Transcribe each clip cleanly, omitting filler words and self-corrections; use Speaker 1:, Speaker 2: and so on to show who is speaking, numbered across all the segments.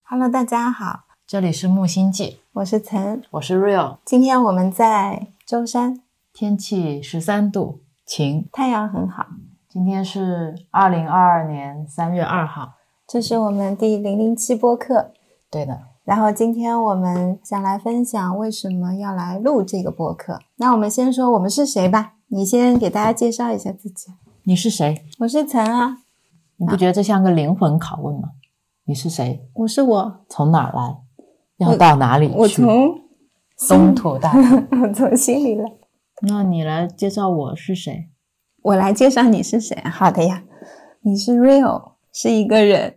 Speaker 1: Hello， 大家好，
Speaker 2: 这里是木星记，
Speaker 1: 我是岑，
Speaker 2: 我是 Real。
Speaker 1: 今天我们在舟山，
Speaker 2: 天气13度，晴，
Speaker 1: 太阳很好。
Speaker 2: 今天是2022年3月2号，
Speaker 1: 这是我们第007播客。
Speaker 2: 对的。
Speaker 1: 然后今天我们想来分享为什么要来录这个播客。那我们先说我们是谁吧，你先给大家介绍一下自己。
Speaker 2: 你是谁？
Speaker 1: 我是岑啊。
Speaker 2: 你不觉得这像个灵魂拷问吗？你是谁？
Speaker 1: 我是我。
Speaker 2: 从哪儿来？要到哪里去？
Speaker 1: 我从
Speaker 2: 东土大唐。
Speaker 1: 我从心里来。
Speaker 2: 那你来介绍我是谁？
Speaker 1: 我来介绍你是谁啊？好的呀，你是 Real， 是一个人。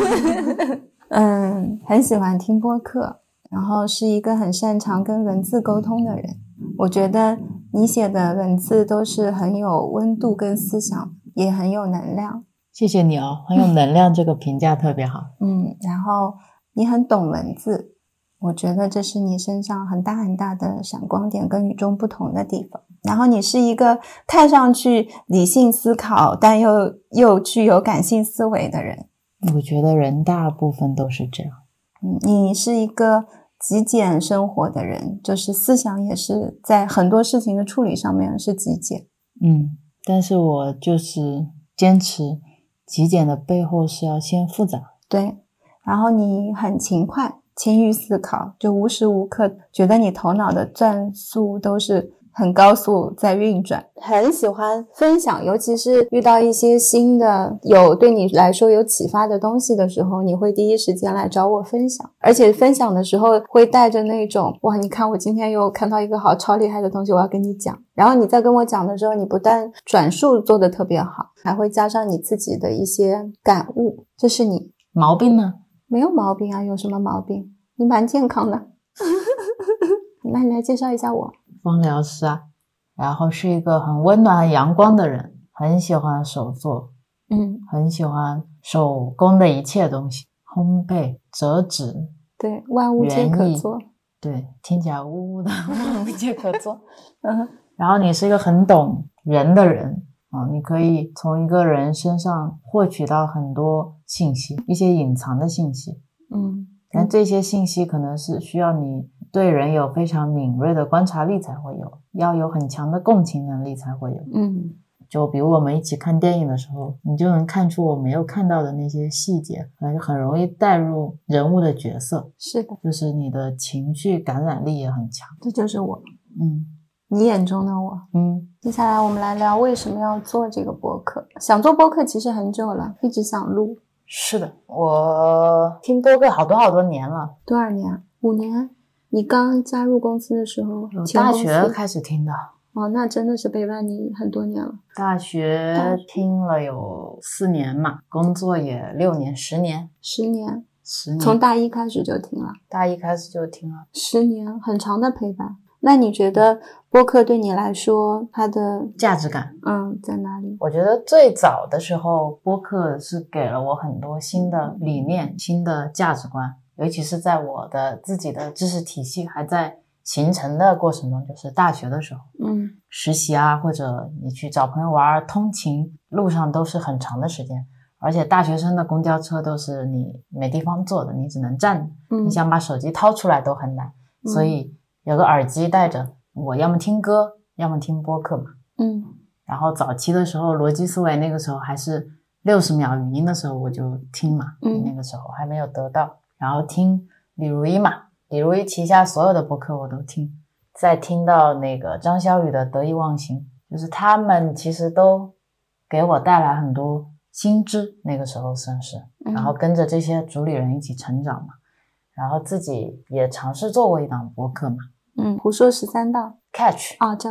Speaker 1: 很喜欢听播客，然后是一个很擅长跟文字沟通的人。我觉得你写的文字都是很有温度跟思想，也很有能量。
Speaker 2: 谢谢你哦，很有能量，这个评价特别好。
Speaker 1: 然后你很懂文字，我觉得这是你身上很大很大的闪光点跟与众不同的地方。然后你是一个看上去理性思考但又具有感性思维的人。
Speaker 2: 我觉得人大部分都是这样。
Speaker 1: 你是一个极简生活的人，就是思想也是在很多事情的处理上面是极简。
Speaker 2: 但是我就是坚持极简的背后是要先复杂。
Speaker 1: 对，然后你很勤快，勤于思考，就无时无刻觉得你头脑的转速都是很高速在运转，很喜欢分享，尤其是遇到一些新的对你来说有启发的东西的时候，你会第一时间来找我分享，而且分享的时候会带着那种哇，你看我今天又看到一个超厉害的东西，我要跟你讲。然后你在跟我讲的时候，你不但转述做得特别好，还会加上你自己的一些感悟，这是你。
Speaker 2: 毛病呢？
Speaker 1: 没有毛病啊，有什么毛病？你蛮健康的。那你来介绍一下我。
Speaker 2: 芳疗师啊，然后是一个很温暖阳光的人，很喜欢手作，很喜欢手工的一切东西，烘焙、折纸，
Speaker 1: 对，万物皆可做。
Speaker 2: 对，听起来呜呜的，万物皆可做。然后你是一个很懂人的人你可以从一个人身上获取到很多信息，一些隐藏的信息。但这些信息可能是需要你对人有非常敏锐的观察力才会有，要有很强的共情能力才会有。就比如我们一起看电影的时候，你就能看出我没有看到的那些细节，很容易带入人物的角色。
Speaker 1: 是的，
Speaker 2: 就是你的情绪感染力也很强。
Speaker 1: 这就是我。你眼中的我。接下来我们来聊为什么要做这个播客。想做播客其实很久了，一直想录。
Speaker 2: 是的，我听播客好多年了。
Speaker 1: 多少年？5年？你刚加入公司的时候？
Speaker 2: 大学开始听的。
Speaker 1: 那真的是陪伴你很多年了。
Speaker 2: 大学听了有4年嘛，工作也6年10年。
Speaker 1: 10年。从大一开始就听了。
Speaker 2: 大一开始就听了。
Speaker 1: 10年，很长的陪伴。那你觉得播客对你来说它的
Speaker 2: 价值感
Speaker 1: 在哪里？
Speaker 2: 我觉得最早的时候播客是给了我很多新的理念，新的价值观，尤其是在我的自己的知识体系还在形成的过程中，就是大学的时候实习啊，或者你去找朋友玩，通勤路上都是很长的时间，而且大学生的公交车都是你没地方坐的，你只能站着，你想把手机掏出来都很难，所以有个耳机带着，我要么听歌要么听播客嘛。然后早期的时候逻辑思维那个时候还是60秒语音的时候我就听嘛，那个时候还没有得到，然后听李如一嘛，李如一旗下所有的播客我都听，再听到那个张小雨的得意忘形，就是他们其实都给我带来很多新知，那个时候算是，然后跟着这些主理人一起成长嘛，然后自己也尝试做过一档播客嘛。
Speaker 1: 胡说13道
Speaker 2: Catch
Speaker 1: 叫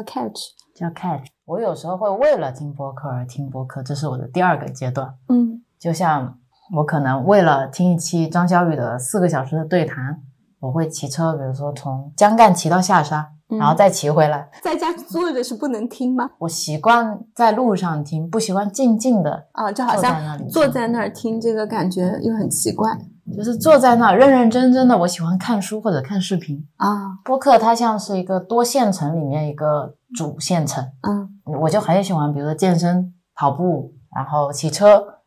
Speaker 1: Catch。
Speaker 2: 我有时候会为了听播客而听播客，这是我的第2个阶段。就像我可能为了听一期张小雨的4个小时的对谈，我会骑车，比如说从江干骑到下沙，然后再骑回来。
Speaker 1: 在家坐着是不能听吗？
Speaker 2: 我习惯在路上听，不习惯静静的
Speaker 1: 就好像坐在那儿听，这个感觉又很奇怪。
Speaker 2: 就是坐在那儿认认真真的，我喜欢看书或者看视频播客它像是一个多线程里面一个主线程我就很喜欢比如说健身、跑步，然后骑车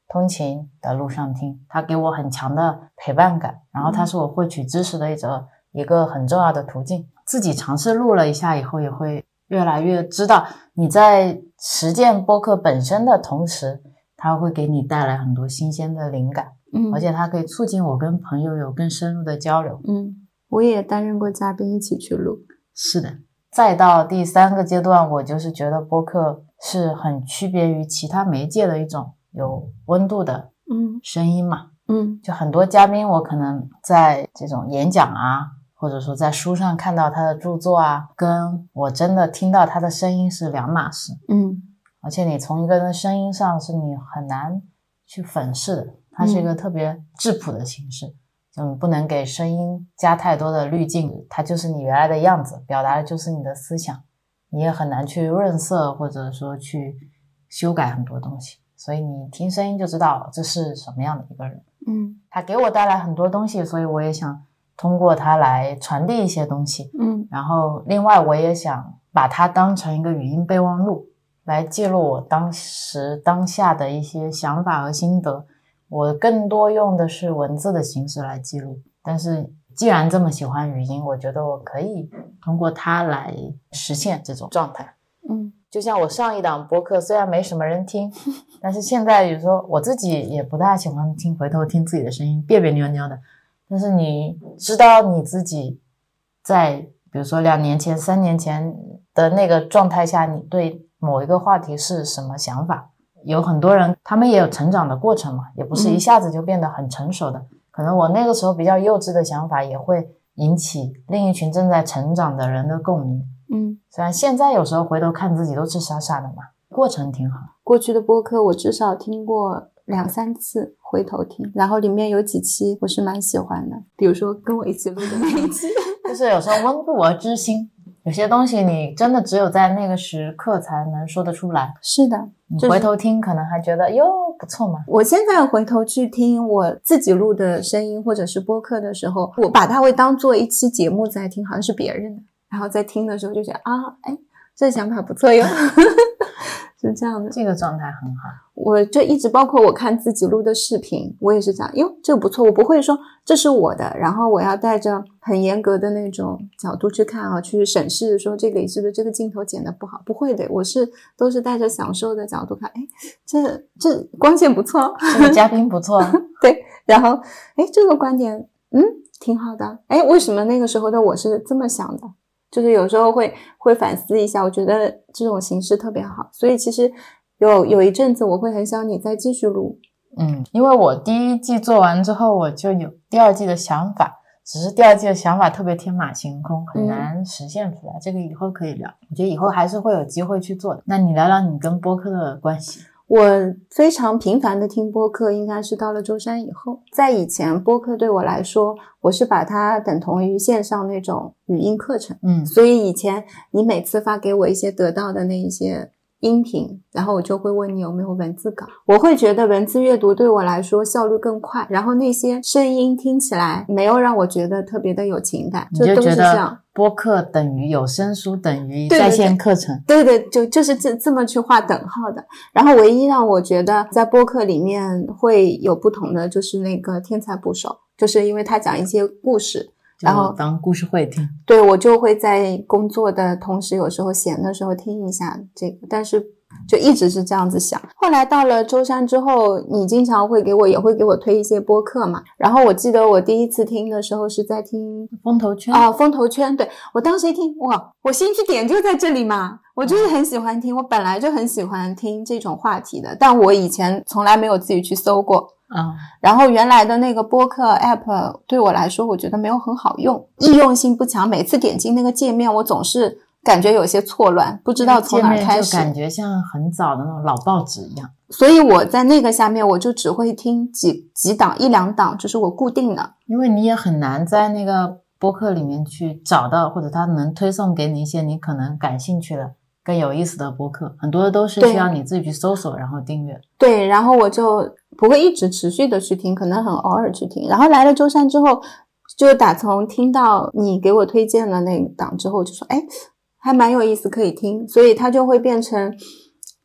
Speaker 2: 通勤的路上听，它给我很强的陪伴感，然后它是我获取知识的一个很重要的途径。自己尝试录了一下以后，也会越来越知道你在实践播客本身的同时，它会给你带来很多新鲜的灵感，而且它可以促进我跟朋友有更深入的交流。
Speaker 1: 我也担任过嘉宾一起去录。
Speaker 2: 是的。再到第3个阶段，我就是觉得播客是很区别于其他媒介的一种有温度的声音嘛。就很多嘉宾我可能在这种演讲啊，或者说在书上看到他的著作啊，跟我真的听到他的声音是两码事。而且你从一个人的声音上是你很难去粉饰的，它是一个特别质朴的形式，就你不能给声音加太多的滤镜，它就是你原来的样子，表达的就是你的思想，你也很难去润色或者说去修改很多东西，所以你听声音就知道这是什么样的一个人。它给我带来很多东西，所以我也想通过它来传递一些东西。然后另外我也想把它当成一个语音备忘录，来记录我当下的一些想法和心得。我更多用的是文字的形式来记录，但是既然这么喜欢语音，我觉得我可以通过它来实现这种状态。就像我上一档播客虽然没什么人听，但是现在有时候我自己也不大喜欢回头听自己的声音，别别扭扭的，但是你知道你自己在比如说2年前3年前的那个状态下，你对某一个话题是什么想法。有很多人他们也有成长的过程嘛，也不是一下子就变得很成熟的，可能我那个时候比较幼稚的想法也会引起另一群正在成长的人的共鸣。虽然现在有时候回头看自己都是傻傻的嘛，过程挺好。
Speaker 1: 过去的播客我至少听过2-3次，回头听，然后里面有几期我是蛮喜欢的，比如说跟我一起录的那一期
Speaker 2: 就是有时候温故而知新，有些东西你真的只有在那个时刻才能说得出来。
Speaker 1: 是的，
Speaker 2: 你回头听可能还觉得哟不错嘛。
Speaker 1: 我现在回头去听我自己录的声音或者是播客的时候，我把它会当做一期节目在听，好像是别人的，然后在听的时候就觉得这想法不错哟是这样的，
Speaker 2: 这个状态很好。
Speaker 1: 我就一直包括我看自己录的视频，我也是这样，哟这个不错，我不会说这是我的，然后我要带着很严格的那种角度去看啊，去审视说这里是不是这个镜头剪得不好，不会的，我都是带着享受的角度看，这光线不错，
Speaker 2: 这个嘉宾不错
Speaker 1: 对，然后这个观点挺好的，为什么那个时候的我是这么想的，就是有时候会反思一下，我觉得这种形式特别好，所以其实有一阵子我会很想你再继续录。
Speaker 2: 因为我第1季做完之后我就有第2季的想法，只是第2季的想法特别天马行空，很难实现出来，这个以后可以聊，我觉得以后还是会有机会去做的。那你聊聊你跟播客的关系。
Speaker 1: 我非常频繁的听播客应该是到了舟山以后，在以前播客对我来说，我是把它等同于线上那种语音课程。所以以前你每次发给我一些得到的那一些音频，然后我就会问你有没有文字稿，我会觉得文字阅读对我来说效率更快，然后那些声音听起来没有让我觉得特别的有情感，
Speaker 2: 你就
Speaker 1: 都是这样。
Speaker 2: 播客等于有声书等于在线课程，
Speaker 1: 对，就是这么去划等号的。然后唯一让我觉得在播客里面会有不同的就是那个天才捕手，就是因为他讲一些故事，然后
Speaker 2: 当故事会听。对，
Speaker 1: 我就会在工作的同时有时候闲的时候听一下这个，但是就一直是这样子想。后来到了舟山之后，你经常也会给我推一些播客嘛，然后我记得我第一次听的时候是在听
Speaker 2: 风投圈
Speaker 1: 风投圈，对，我当时一听，哇，我兴趣点就在这里嘛，我就是很喜欢听，我本来就很喜欢听这种话题的，但我以前从来没有自己去搜过。然后原来的那个播客 app 对我来说我觉得没有很好用，易用性不强，每次点进那个界面我总是感觉有些错乱，不知道从哪儿开始，
Speaker 2: 就感觉像很早的那种老报纸一样。
Speaker 1: 所以我在那个下面我就只会听几档1-2档，就是我固定的。
Speaker 2: 因为你也很难在那个播客里面去找到，或者他能推送给你一些你可能感兴趣的更有意思的播客，很多都是需要你自己去搜索然后订阅。
Speaker 1: 对，然后我就不会一直持续的去听，可能很偶尔去听。然后来了舟山之后，就打从听到你给我推荐了那档之后，就说还蛮有意思可以听，所以它就会变成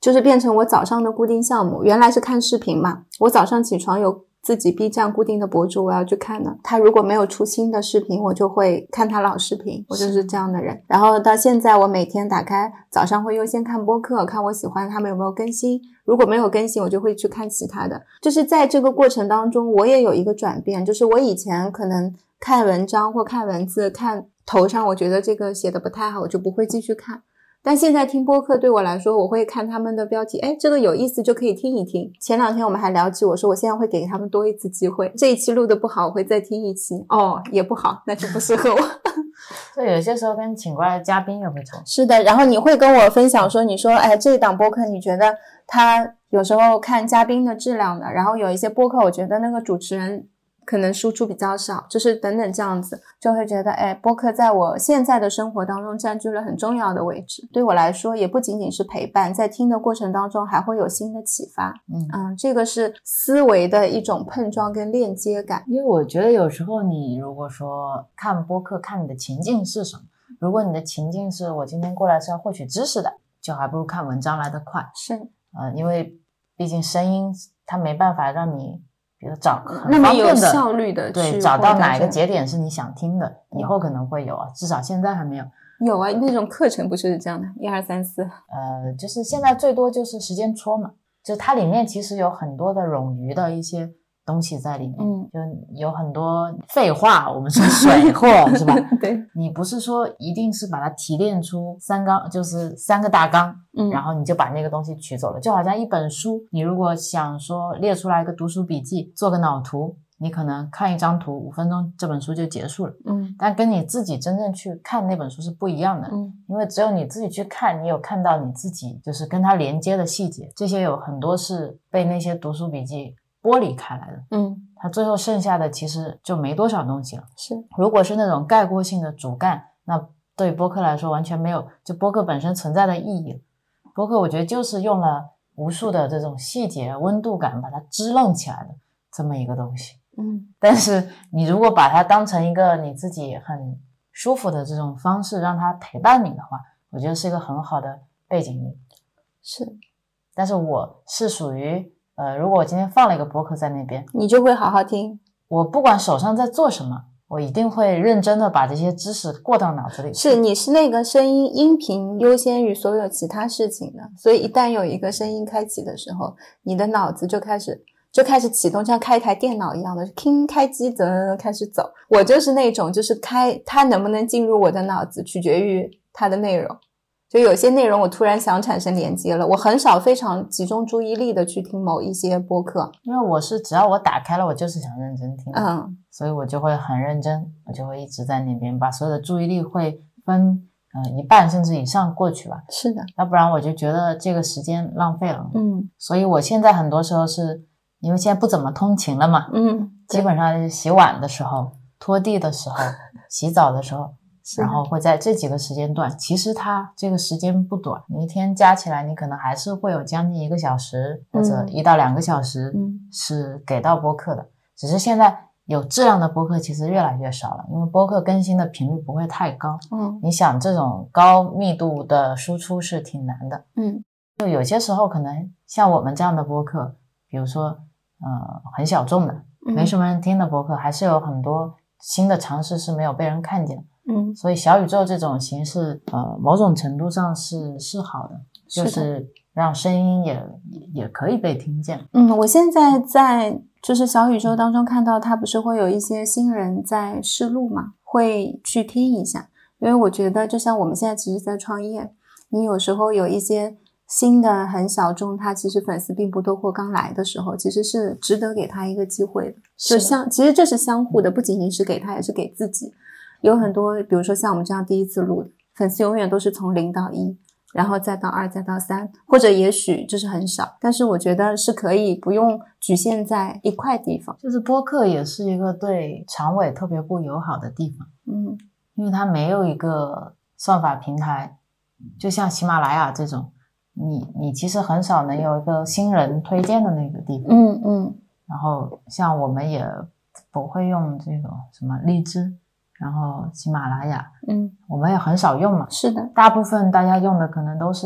Speaker 1: 就是变成我早上的固定项目。原来是看视频嘛，我早上起床有自己 B 站固定的博主我要去看的，他如果没有出新的视频我就会看他老视频，我就是这样的人。然后到现在我每天打开早上会优先看播客，看我喜欢他们有没有更新，如果没有更新我就会去看其他的。就是在这个过程当中我也有一个转变，就是我以前可能看文章或看文字看头上我觉得这个写的不太好我就不会继续看，但现在听播客对我来说我会看他们的标题，这个有意思就可以听一听。前2天我们还聊起，我说我现在会给他们多一次机会，这一期录的不好我会再听一期，也不好那就不适合我。
Speaker 2: 对，有些时候跟请过来的嘉宾也会冲。
Speaker 1: 是的，然后你会跟我分享说，你说这一档播客你觉得他有时候看嘉宾的质量的，然后有一些播客我觉得那个主持人可能输出比较少，就是等等这样子，就会觉得播客在我现在的生活当中占据了很重要的位置。对我来说也不仅仅是陪伴，在听的过程当中还会有新的启发。这个是思维的一种碰撞跟链接感。
Speaker 2: 因为我觉得有时候你如果说看播客看你的情境是什么，如果你的情境是我今天过来是要获取知识的，就还不如看文章来得快。
Speaker 1: 是
Speaker 2: 因为毕竟声音它没办法让你比如找很
Speaker 1: 那么
Speaker 2: 方便
Speaker 1: 有效率的
Speaker 2: 对，找到哪一个节点是你想听的，以后可能会有啊，至少现在还没有。
Speaker 1: 有啊，那种课程不就是这样的1 2 3 4
Speaker 2: 就是现在最多就是时间戳嘛，就它里面其实有很多的冗余的一些东西在里面，就有很多废话，我们说水货是吧？
Speaker 1: 对，
Speaker 2: 你不是说一定是把它提炼出就是3个大纲，然后你就把那个东西取走了，就好像一本书，你如果想说列出来一个读书笔记，做个脑图，你可能看一张图5分钟这本书就结束了，但跟你自己真正去看那本书是不一样的，因为只有你自己去看，你有看到你自己就是跟它连接的细节，这些有很多是被那些读书笔记剥离开来的，它最后剩下的其实就没多少东西了。
Speaker 1: 是，
Speaker 2: 如果是那种概括性的主干，那对播客来说完全没有就播客本身存在的意义。播客我觉得就是用了无数的这种细节温度感把它支棱起来的这么一个东西。但是你如果把它当成一个你自己很舒服的这种方式让它陪伴你的话，我觉得是一个很好的背景音。
Speaker 1: 是，
Speaker 2: 但是我是属于如果我今天放了一个播客在那边，
Speaker 1: 你就会好好听。
Speaker 2: 我不管手上在做什么，我一定会认真的把这些知识过到脑子里去。
Speaker 1: 是，你是那个声音频优先于所有其他事情的，所以一旦有一个声音开启的时候，你的脑子就开始启动，像开一台电脑一样的开机开始走。我就是那种就是它能不能进入我的脑子取决于它的内容，就有些内容我突然想产生连接了，我很少非常集中注意力的去听某一些播客，
Speaker 2: 因为我是只要我打开了我就是想认真听，所以我就会很认真，我就会一直在那边把所有的注意力会分一半甚至以上过去吧。
Speaker 1: 是的，
Speaker 2: 要不然我就觉得这个时间浪费了。所以我现在很多时候是因为现在不怎么通勤了嘛，基本上是洗碗的时候、拖地的时候、洗澡的时候，然后会在这几个时间段，其实它这个时间不短，你一天加起来你可能还是会有将近1个小时或者1到2个小时是给到播客的，只是现在有质量的播客其实越来越少了，因为播客更新的频率不会太高，你想这种高密度的输出是挺难的，就有些时候可能像我们这样的播客，比如说很小众的没什么人听的播客，还是有很多新的尝试是没有被人看见的，所以小宇宙这种形式某种程度上是好的，就是让声音也可以被听见。
Speaker 1: 我现在在就是小宇宙当中看到它不是会有一些新人在试录嘛，会去听一下，因为我觉得就像我们现在其实在创业，你有时候有一些新的很小众，他其实粉丝并不多或刚来的时候，其实是值得给他一个机会的，其实这是相互的，不仅仅是给他也是给自己。有很多比如说像我们这样第一次录的粉丝永远都是从0到1，然后再到2再到3，或者也许就是很少，但是我觉得是可以不用局限在一块地方。
Speaker 2: 就是播客也是一个对长尾特别不友好的地方，因为它没有一个算法平台，就像喜马拉雅这种你其实很少能有一个新人推荐的那个地方，然后像我们也不会用这种什么荔枝，然后喜马拉雅，我们也很少用嘛。
Speaker 1: 是的，
Speaker 2: 大部分大家用的可能都是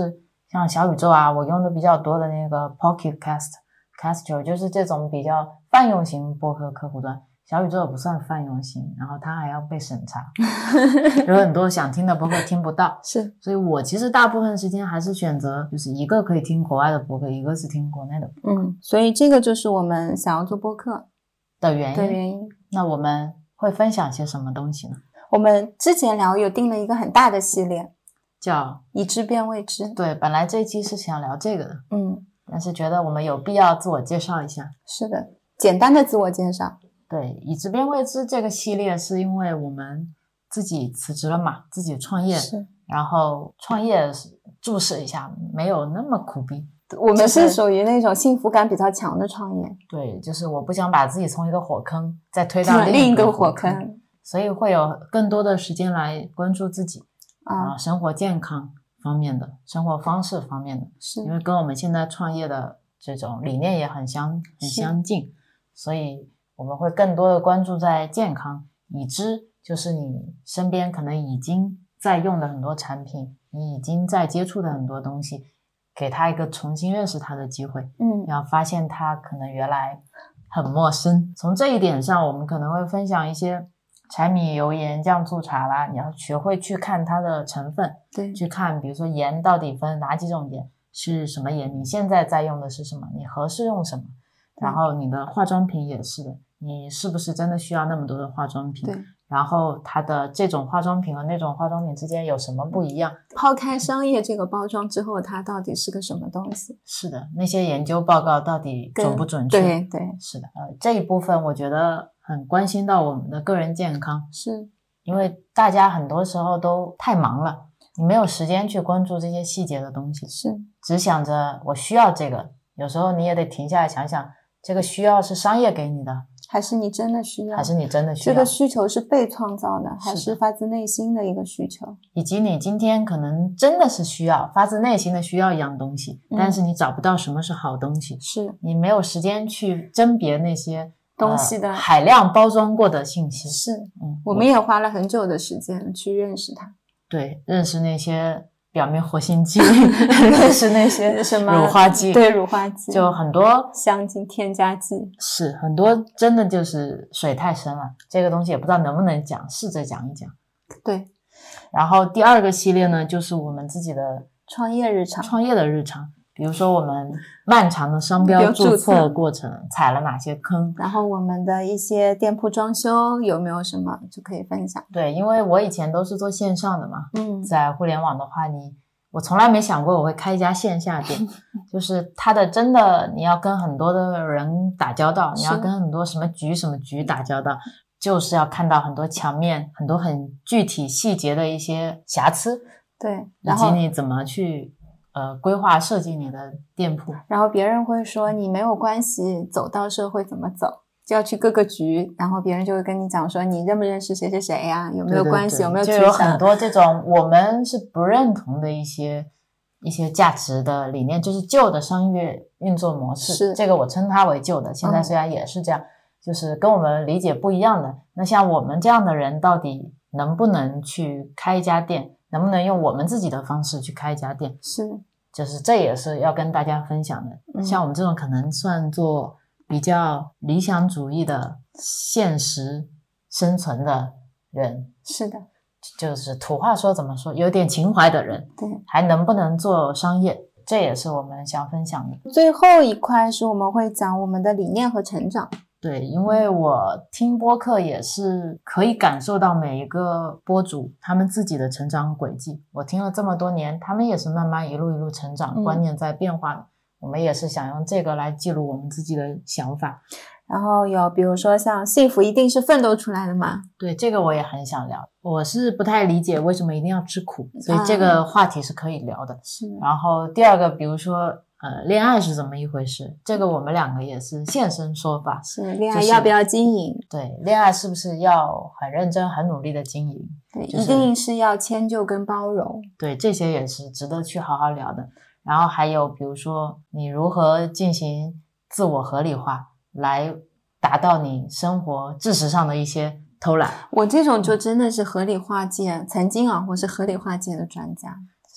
Speaker 2: 像小宇宙啊，我用的比较多的那个 Pocket Castro， 就是这种比较泛用型播客客户端。小宇宙不算泛用型，然后它还要被审查，有很多想听的播客听不到。
Speaker 1: 是，
Speaker 2: 所以我其实大部分时间还是选择就是一个可以听国外的播客，一个是听国内的播客。
Speaker 1: 所以这个就是我们想要做播客
Speaker 2: 的原因。那我们会分享些什么东西呢？
Speaker 1: 我们之前有定了一个很大的系列，
Speaker 2: 叫
Speaker 1: 已知变未知。
Speaker 2: 对，本来这一期是想聊这个的，但是觉得我们有必要自我介绍一下。
Speaker 1: 是的，简单的自我介绍。
Speaker 2: 对，已知变未知这个系列是因为我们自己辞职了嘛，自己创业，然后创业注释一下，没有那么苦逼。
Speaker 1: 我们是属于那种幸福感比较强的创业。
Speaker 2: 对，就是我不想把自己从一个火坑再推到
Speaker 1: 另一个
Speaker 2: 火
Speaker 1: 坑，
Speaker 2: 所以会有更多的时间来关注自己生活健康方面的，生活方式方面的，
Speaker 1: 是
Speaker 2: 因为跟我们现在创业的这种理念也很相近，所以我们会更多的关注在健康。已知就是你身边可能已经在用的很多产品，你已经在接触的很多东西，给他一个重新认识他的机会。要发现他可能原来很陌生。从这一点上，我们可能会分享一些柴米油盐酱醋茶啦，你要学会去看它的成分，
Speaker 1: 对，
Speaker 2: 去看比如说盐到底分哪几种盐，是什么盐，你现在在用的是什么，你合适用什么。然后你的化妆品也是的，你是不是真的需要那么多的化妆品？
Speaker 1: 对，
Speaker 2: 然后它的这种化妆品和那种化妆品之间有什么不一样？
Speaker 1: 抛开商业这个包装之后，它到底是个什么东西？
Speaker 2: 是的，那些研究报告到底准不准确？
Speaker 1: 对对，
Speaker 2: 是的，这一部分我觉得很关心到我们的个人健康，
Speaker 1: 是
Speaker 2: 因为大家很多时候都太忙了，你没有时间去关注这些细节的东西，
Speaker 1: 是
Speaker 2: 只想着我需要这个，有时候你也得停下来想想，这个需要是商业给你的，
Speaker 1: 还是你真的需要？
Speaker 2: 这
Speaker 1: 个需求是被创造的，还是发自内心的一个需求？
Speaker 2: 以及你今天可能真的是需要，发自内心的需要一样东西，但是你找不到什么是好东西，
Speaker 1: 是
Speaker 2: 你没有时间去甄别那些
Speaker 1: 东西的
Speaker 2: 海量包装过的信息。
Speaker 1: 是，我们也花了很久的时间去认识它。
Speaker 2: 对，认识那些表面活性剂，认识那些
Speaker 1: 什么
Speaker 2: 乳化剂，
Speaker 1: 对，乳化剂
Speaker 2: 就很多
Speaker 1: 香精添加剂，
Speaker 2: 是很多真的就是水太深了，这个东西也不知道能不能讲，试着讲一讲。
Speaker 1: 对，
Speaker 2: 然后第二个系列呢，就是我们自己的
Speaker 1: 创业
Speaker 2: 的日常，比如说我们漫长的商标注册过程踩了哪些坑，
Speaker 1: 然后我们的一些店铺装修有没有什么就可以分享。
Speaker 2: 对，因为我以前都是做线上的嘛，在互联网的话我从来没想过我会开一家线下店，就是它的真的你要跟很多的人打交道，你要跟很多什么局打交道，就是要看到很多墙面很多很具体细节的一些瑕疵，
Speaker 1: 对，
Speaker 2: 以及你怎么去规划设计你的店铺。
Speaker 1: 然后别人会说你没有关系，走到社会怎么走，就要去各个局，然后别人就会跟你讲说你认不认识谁谁谁呀，有没有关系，
Speaker 2: 对对对，
Speaker 1: 有没有
Speaker 2: 就有很多这种我们是不认同的一些价值的理念，就是旧的商业运作模式，
Speaker 1: 是
Speaker 2: 这个我称它为旧的，现在虽然也是这样，就是跟我们理解不一样的。那像我们这样的人到底能不能去开一家店，能不能用我们自己的方式去开一家店，
Speaker 1: 是
Speaker 2: 就是这也是要跟大家分享的。像我们这种可能算作比较理想主义的现实生存的人，
Speaker 1: 是的，
Speaker 2: 就是土话说怎么说，有点情怀的人，
Speaker 1: 对，
Speaker 2: 还能不能做商业，这也是我们想分享的。
Speaker 1: 最后一块是我们会讲我们的理念和成长。
Speaker 2: 对，因为我听播客也是可以感受到每一个播主他们自己的成长轨迹，我听了这么多年，他们也是慢慢一路一路成长，观念在变化的，我们也是想用这个来记录我们自己的想法。
Speaker 1: 然后有比如说像幸福一定是奋斗出来的嘛，
Speaker 2: 对，这个我也很想聊，我是不太理解为什么一定要吃苦，所以这个话题是可以聊的。
Speaker 1: 是。
Speaker 2: 然后第二个比如说恋爱是怎么一回事，这个我们两个也是现身说法，
Speaker 1: 是恋爱要不要经营，
Speaker 2: 对，恋爱是不是要很认真很努力的经营，
Speaker 1: 对，一定是要迁就跟包容，
Speaker 2: 对，这些也是值得去好好聊的。然后还有比如说你如何进行自我合理化来达到你生活知识上的一些偷懒，
Speaker 1: 我这种就真的是合理化界曾经我是合理化界的专家，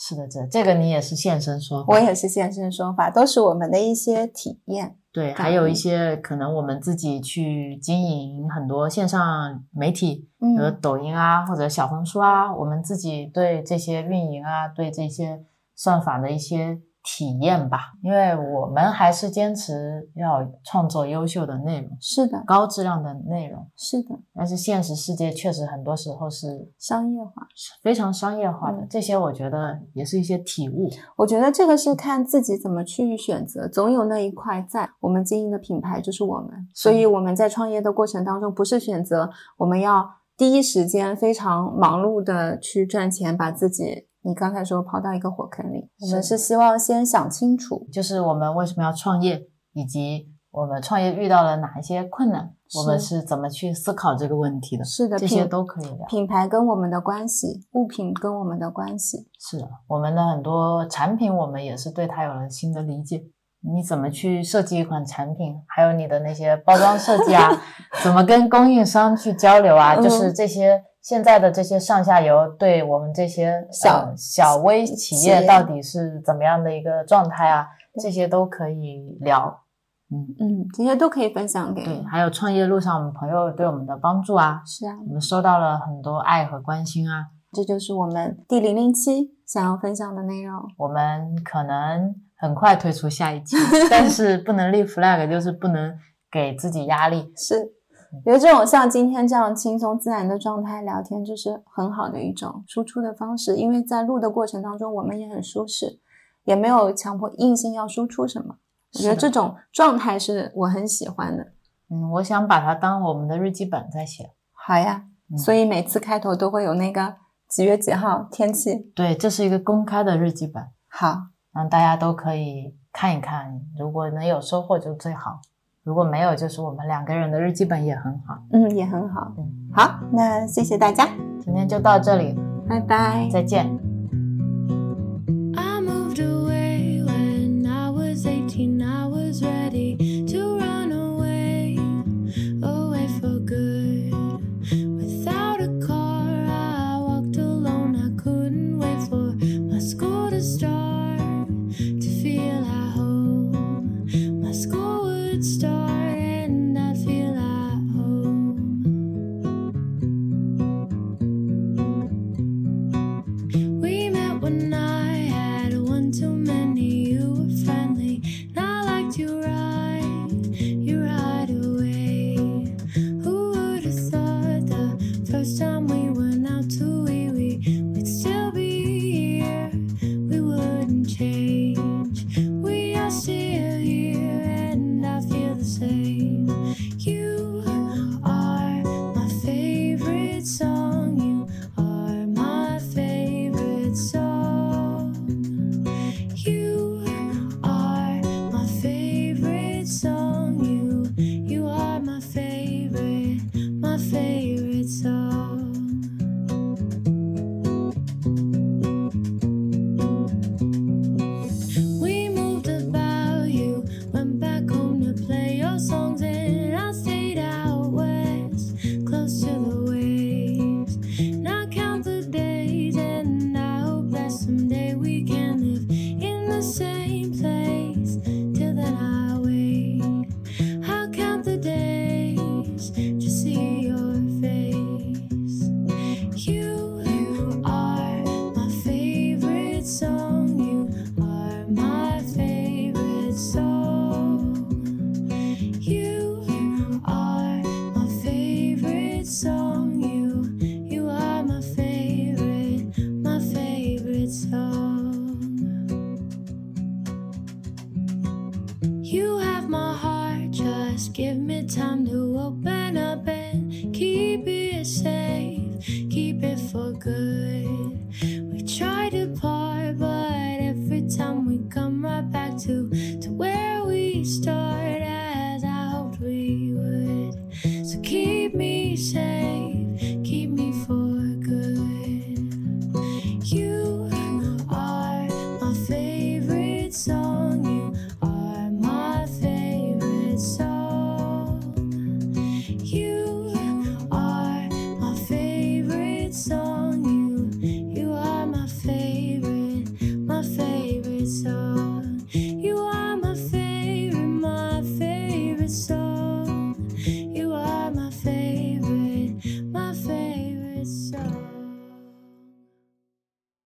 Speaker 2: 是的，这个你也是现身说法。
Speaker 1: 我也是现身说法，都是我们的一些体验。
Speaker 2: 对，还有一些可能我们自己去经营很多线上媒体，比如抖音啊或者小红书啊，我们自己对这些运营啊，对这些算法的一些体验吧。因为我们还是坚持要创作优秀的内容，
Speaker 1: 是的，
Speaker 2: 高质量的内容，
Speaker 1: 是的。
Speaker 2: 但是现实世界确实很多时候是
Speaker 1: 商业化，
Speaker 2: 非常商业化的，这些我觉得也是一些体悟。
Speaker 1: 我觉得这个是看自己怎么去选择，总有那一块在。我们经营的品牌就是我们，所以我们在创业的过程当中，不是选择我们要第一时间非常忙碌的去赚钱，把自己你刚才说抛到一个火坑里。我们是希望先想清楚，
Speaker 2: 就是我们为什么要创业，以及我们创业遇到了哪一些困难，我们是怎么去思考这个问题的。
Speaker 1: 是的，
Speaker 2: 这些都可以聊。
Speaker 1: 品牌跟我们的关系，物品跟我们的关系。
Speaker 2: 是的，我们的很多产品我们也是对它有了新的理解。你怎么去设计一款产品，还有你的那些包装设计啊怎么跟供应商去交流啊，就是这些现在的这些上下游对我们这些小微企业到底是怎么样的一个状态啊，这些都可以聊。
Speaker 1: 这些都可以分享给。
Speaker 2: 对，还有创业路上我们朋友对我们的帮助啊。
Speaker 1: 是啊，
Speaker 2: 我们收到了很多爱和关心啊。
Speaker 1: 这就是我们第007想要分享的内容。
Speaker 2: 我们可能很快推出下一期但是不能立 flag， 就是不能给自己压力。
Speaker 1: 是，觉得这种像今天这样轻松自然的状态聊天，就是很好的一种输出的方式。因为在录的过程当中我们也很舒适，也没有强迫硬性要输出什么。我觉得这种状态是我很喜欢的。
Speaker 2: 我想把它当我们的日记本在写。
Speaker 1: 好呀，所以每次开头都会有那个几月几号天气。
Speaker 2: 对，这是一个公开的日记本。
Speaker 1: 好，
Speaker 2: 让大家都可以看一看，如果能有收获就最好，如果没有就是我们2个人的日记本也很好。
Speaker 1: 也很好。好，那谢谢大家，
Speaker 2: 今天就到这里，
Speaker 1: 拜拜，
Speaker 2: 再见。